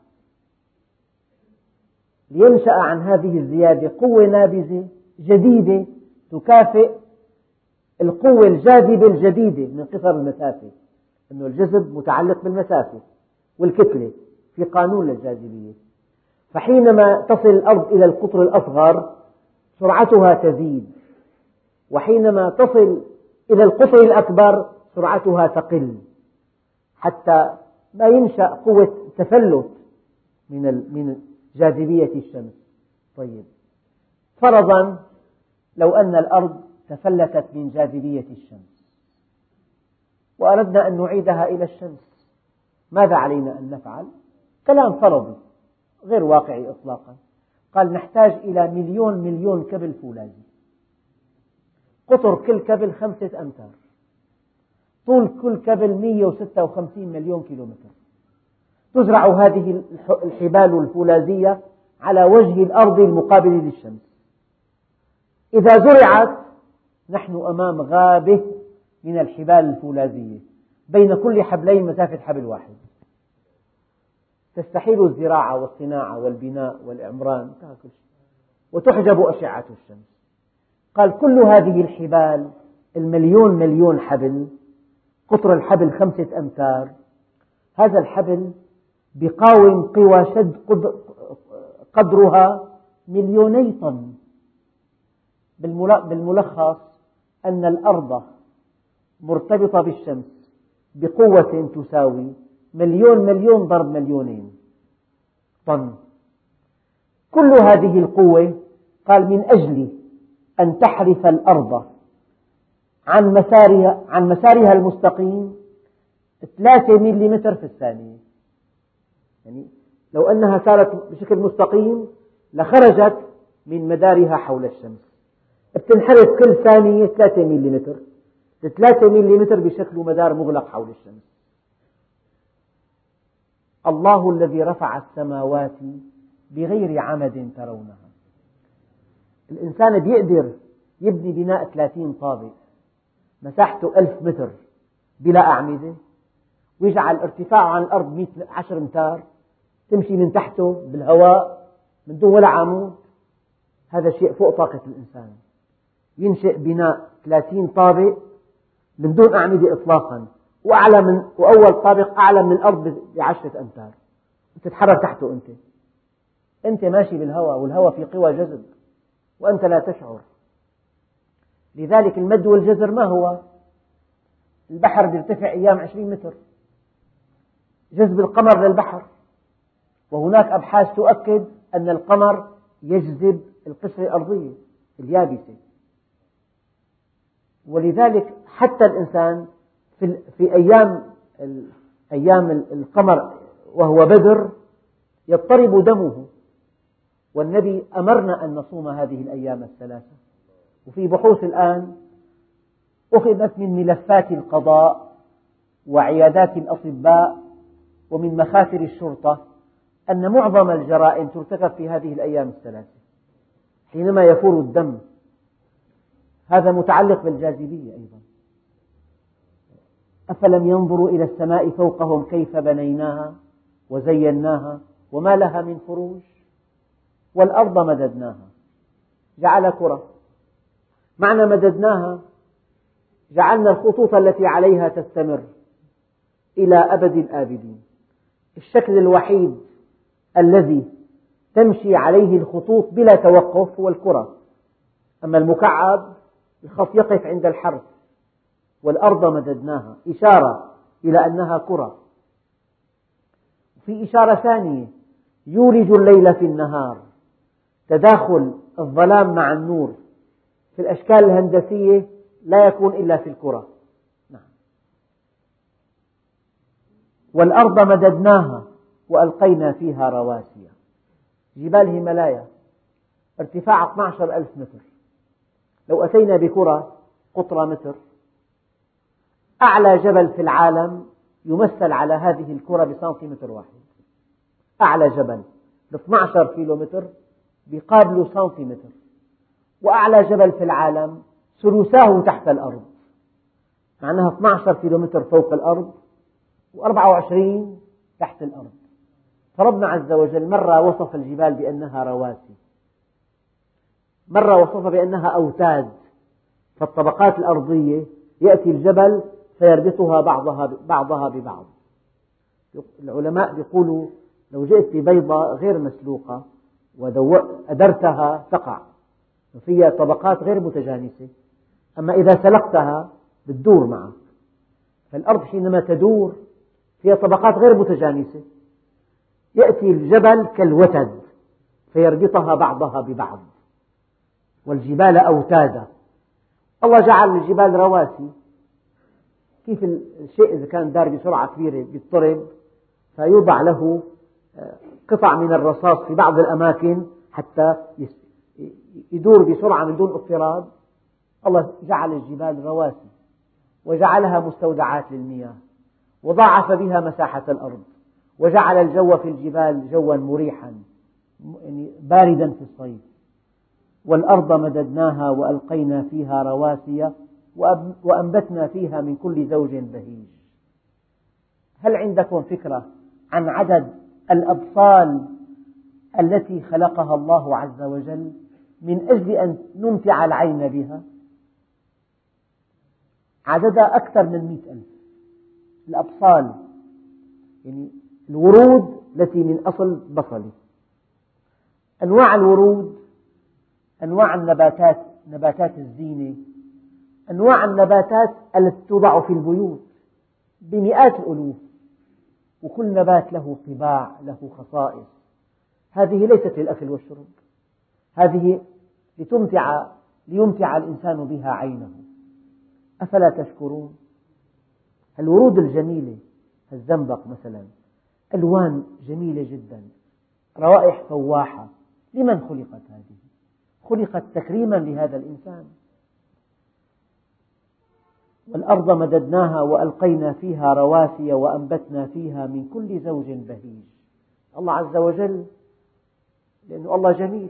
S1: لينشأ عن هذه الزيادة قوة نابذة جديدة تكافئ القوة الجاذبة الجديدة من قصر المسافة، أن الجذب متعلق بالمسافة والكتلة في قانون للجاذبية. فحينما تصل الأرض إلى القطر الأصغر سرعتها تزيد، وحينما تصل إلى القطر الأكبر سرعتها تقل، حتى ما ينشأ قوة تفلت من جاذبية الشمس. طيب، فرضا لو أن الأرض تفلتت من جاذبية الشمس وأردنا أن نعيدها إلى الشمس، ماذا علينا أن نفعل؟ كلام فرضي غير واقعي إطلاقا. قال نحتاج إلى مليون مليون كبل فولاذي، قطر كل كبل خمسة أمتار، طول كل كبل مئة وستة وخمسين مليون كيلومتر. تزرع هذه الحبال الفولاذية على وجه الأرض المقابل للشمس. إذا زرعت نحن أمام غابة من الحبال الفولاذية، بين كل حبلين مسافة حبل واحد. تستحيل الزراعة والصناعة والبناء والإعمران وتحجب أشعة الشمس. قال كل هذه الحبال المليون مليون حبل، قطر الحبل خمسة أمتار، هذا الحبل بقاوم قوى شد قدرها مليوني طن. بالملخص أن الأرض مرتبطة بالشمس بقوة تساوي مليون مليون ضرب مليونين طن. كل هذه القوة قال من أجل أن تحرف الأرض عن مسارها, عن مسارها المستقيم ثلاثة مليمتر في الثانية. يعني لو أنها سارت بشكل مستقيم لخرجت من مدارها حول الشمس، بتنحرف كل ثانية ثلاثة مليمتر. ثلاثة مليمتر بشكل مدار مغلق حول الشمس. الله الذي رفع السماوات بغير عمد ترونها. الإنسان بيقدر يبني بناء ثلاثين طابق مساحته ألف متر بلا أعمدة، ويجعل ارتفاعه عن الأرض عشرة أمتار، تمشي من تحته بالهواء من دون ولا عمود. هذا شيء فوق طاقة الإنسان. ينشئ بناء ثلاثين طابق من دون أعمدة إطلاقا، وأعلى من وأول طابق أعلى من الأرض بعشرة أمتار، تتحرك تحته. أنت أنت ماشي بالهواء، والهواء في قوى جذب وأنت لا تشعر. لذلك المد والجزر ما هو؟ البحر يرتفع أيام عشرين متر، جذب القمر للبحر، وهناك أبحاث تؤكد أن القمر يجذب القشرة الأرضية اليابسة، ولذلك حتى الإنسان في, في أيام أيام القمر وهو بدر يضطرب دمه، والنبي أمرنا أن نصوم هذه الأيام الثلاثة. وفي بحوث الآن أخذت من ملفات القضاء وعيادات الأطباء ومن مخافر الشرطة أن معظم الجرائم ترتكب في هذه الأيام الثلاثة حينما يفور الدم. هذا متعلق بالجاذبية أيضا. أفلم ينظروا إلى السماء فوقهم كيف بنيناها وزيناها وما لها من فروج والأرض مددناها جعل كرة. معنى مددناها جعلنا الخطوط التي عليها تستمر إلى أبد الآبدين. الشكل الوحيد الذي تمشي عليه الخطوط بلا توقف هو الكرة، أما المكعب الخط يقف عند الحرف. والأرض مددناها إشارة إلى أنها كرة. في إشارة ثانية يولج الليل في النهار، تداخل الظلام مع النور في الأشكال الهندسية لا يكون إلا في الكرة. نعم. والأرض مددناها وألقينا فيها رواسي. جبال هيمالايا ارتفاع اثني عشر ألف متر، لو أتينا بكرة قطرة متر، أعلى جبل في العالم يمثل على هذه الكرة بسنتيمتر واحد. أعلى جبل ب اثني عشر كيلو متر بيقابله سنتيمتر، وأعلى جبل في العالم ثلثاه تحت الأرض، معناها اثني عشر كيلو متر فوق الأرض وأربعة وعشرين تحت الأرض. فربنا عز وجل مرة وصف الجبال بأنها رواسي، مرة وصف بأنها أوتاد. فالطبقات الأرضية يأتي الجبل فيربطها بعضها بعضها ببعض. العلماء يقولوا لو جئت ببيضة غير مسلوقة وأدرتها تقع، فيها طبقات غير متجانسة، أما إذا سلقتها بتدور معك. فالأرض حينما تدور فيها طبقات غير متجانسة، يأتي الجبل كالوتد فيربطها بعضها ببعض. والجبال أوتادا. الله جعل الجبال رواسي. كيف الشيء إذا كان دار بسرعة كبيرة يضطرب فيوضع له قطع من الرصاص في بعض الأماكن حتى يدور بسرعة من دون اضطراب. الله جعل الجبال رواسي وجعلها مستودعات للمياه وضاعف بها مساحة الأرض، وجعل الجو في الجبال جوا مريحا يعني باردا في الصيف. والأرض مددناها وألقينا فيها رواسي وأنبتنا فيها من كل زوج بهيج. هل عندكم فكرة عن عدد الأبصال التي خلقها الله عز وجل من أجل أن نمتع العين بها؟ عددها أكثر من مئة ألف. الأبصال يعني الورود التي من أصل بصلي. أنواع الورود، أنواع النباتات، نباتات الزينة، أنواع النباتات التي توضع في البيوت بمئات الألوف، وكل نبات له طباع، له خصائص. هذه ليست للأكل والشرب، هذه لتمتع ليمتع الإنسان بها عينه. أفلا تشكرون؟ الورود الجميلة، الزنبق مثلا، ألوان جميلة جدا، روائح فواحة. لمن خلقت هذه؟ خلقت تكريما لهذا الإنسان. والأرض مددناها وألقينا فيها رواسي وأنبتنا فيها من كل زوج بهيج. الله عز وجل لأنه الله جميل.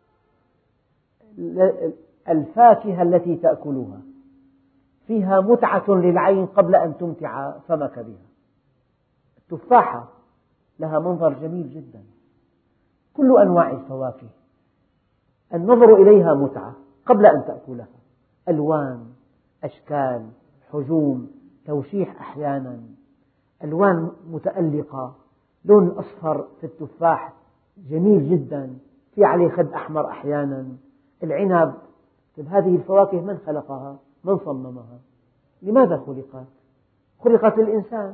S1: الفاكهة التي تأكلها فيها متعة للعين قبل أن تمتع فمك بها. التفاحة لها منظر جميل جدا. كل أنواع الفواكه النظر إليها متعة قبل أن تأكلها، ألوان، أشكال، حجوم، توشيح أحيانا، ألوان متألقة. لون أصفر في التفاح جميل جدا، في عليه خد أحمر أحيانا. العنب. هذه الفواكه من خلقها؟ من صممها؟ لماذا خلقت؟ خلقت الإنسان.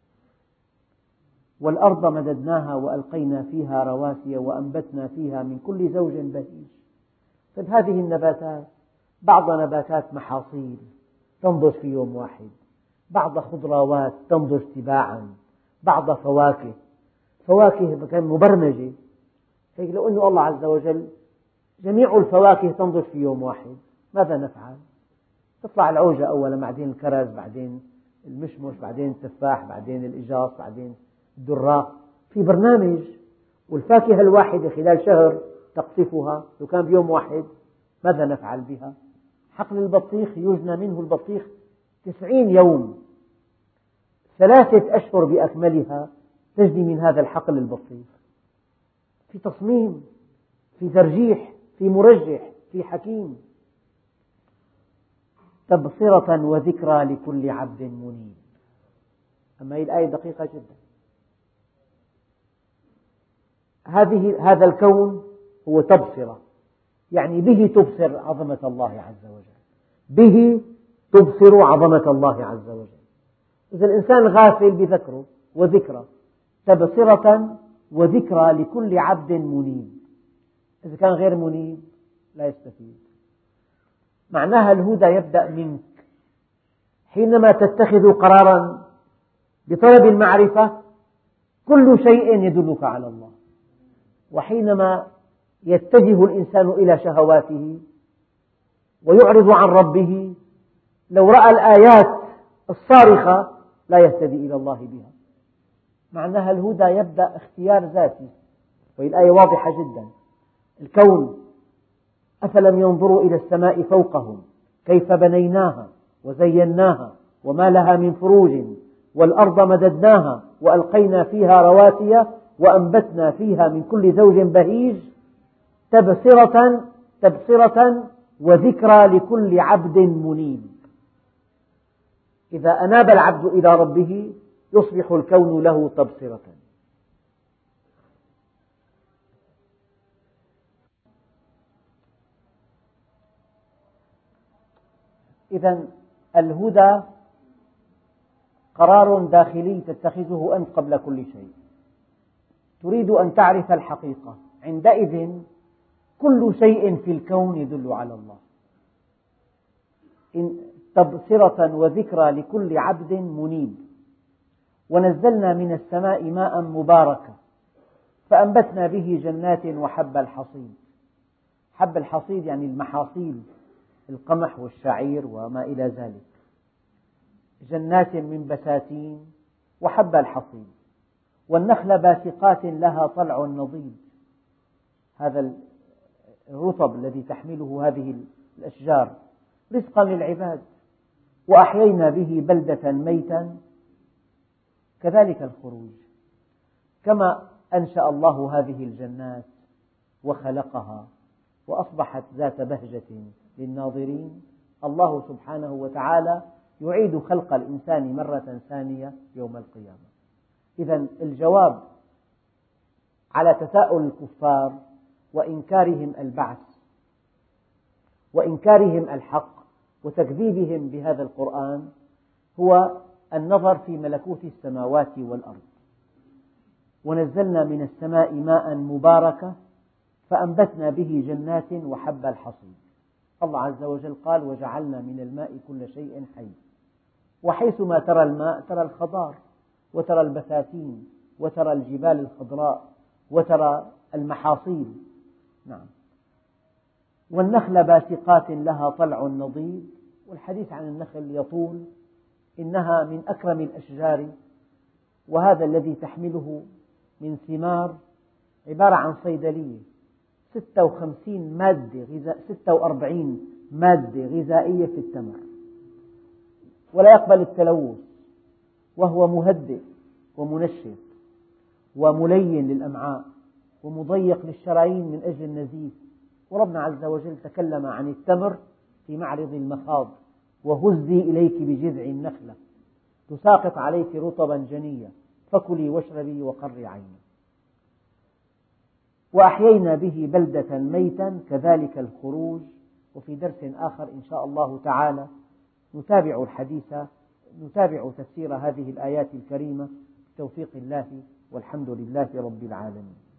S1: والأرض مددناها وألقينا فيها رواسي وأنبتنا فيها من كل زوج بهيج. طيب هذه النباتات بعض نباتات محاصيل تنضج في يوم واحد، بعض خضروات تنضج تباعا، بعض فواكه فواكه كان مبرمجة. هيك لو أن الله عز وجل جميع الفواكه تنضج في يوم واحد ماذا نفعل؟ تطلع العوجة أولا، بعدين الكرز، بعدين المشمش، بعدين التفاح، بعدين الإجاص، بعدين الدراق، في برنامج. والفاكهة الواحدة خلال شهر تقطفها، لو كان بيوم واحد ماذا نفعل بها؟ حقل البطيخ يجنى منه البطيخ تسعين يوم، ثلاثة أشهر بأكملها تجني من هذا الحقل البطيخ. في تصميم، في ترجيح، في مرجح، في حكيم. تبصرة وذكرى لكل عبد منيب. أما هذه الآية دقيقة جدا. هذه هذا الكون هو تبصرة، يعني به تبصر عظمة الله عز وجل، به تبصر عظمة الله عز وجل. إذا الإنسان غافل بذكره وذكرى، تبصرة وذكرى لكل عبد منيب. إذا كان غير منيب لا يستفيد. معناها الهدى يبدأ منك حينما تتخذ قرارا بطلب المعرفة، كل شيء يدلك على الله. وحينما يتجه الإنسان إلى شهواته ويعرض عن ربه، لو رأى الآيات الصارخة لا يهتدي إلى الله بها. معناها الهدى يبدأ اختيار ذاتي. والآية واضحة جدا. الكون: أفلم ينظروا إلى السماء فوقهم كيف بنيناها وزيناها وما لها من فروج والأرض مددناها وألقينا فيها رواسي وأنبتنا فيها من كل زوج بهيج. تبصرة تبصرة وذكرى لكل عبد منيب. إذا أناب العبد إلى ربه يصبح الكون له تبصرة. إذا الهدى قرار داخلي تتخذه أنت قبل كل شيء. تريد أن تعرف الحقيقة، عندئذ كل شيء في الكون يدل على الله. إن تبصرة وذكرى لكل عبد منيب. ونزلنا من السماء ماء مباركا فأنبتنا به جنات وحب الحصيد. حب الحصيد يعني المحاصيل، القمح والشعير وما إلى ذلك. جنات من بساتين وحب الحصيد. والنخل باسقات لها طلع نضيد. هذا الرطب الذي تحمله هذه الأشجار رزقا للعباد. وأحيينا به بلدة ميتا كذلك الخروج. كما أنشأ الله هذه الجنات وخلقها وأصبحت ذات بهجة للناظرين، الله سبحانه وتعالى يعيد خلق الإنسان مرة ثانية يوم القيامة. إذن الجواب على تساؤل الكفار وإنكارهم البعث وإنكارهم الحق وتكذيبهم بهذا القرآن هو النظر في ملكوت السماوات والأرض. ونزلنا من السماء ماء مباركا فأنبتنا به جنات وحب الحصيد. الله عز وجل قال: وجعلنا من الماء كل شيء حي. وحيثما ترى الماء ترى الخضار وترى البساتين وترى الجبال الخضراء وترى المحاصيل. نعم. والنخل باسقات لها طلع نضيد. والحديث عن النخل يطول، إنها من أكرم الأشجار، وهذا الذي تحمله من ثمار عبارة عن صيدلية، ستة وخمسين مادة غذاء ستة وأربعين مادة غذائية في التمر، ولا يقبل التلوث، وهو مهدئ ومنشط وملين للأمعاء ومضيق للشرايين من أجل النزيف. وربنا عز وجل تكلم عن التمر في معرض المخاض: وهزي إليك بجذع النخلة تساقط عليك رطبا جنيا فكلي واشربي وقري عينا. وأحيينا به بلدة ميتا كذلك الخروج. وفي درس آخر إن شاء الله تعالى نتابع الحديث نتابع تفسير هذه الآيات الكريمة بتوفيق الله، والحمد لله رب العالمين.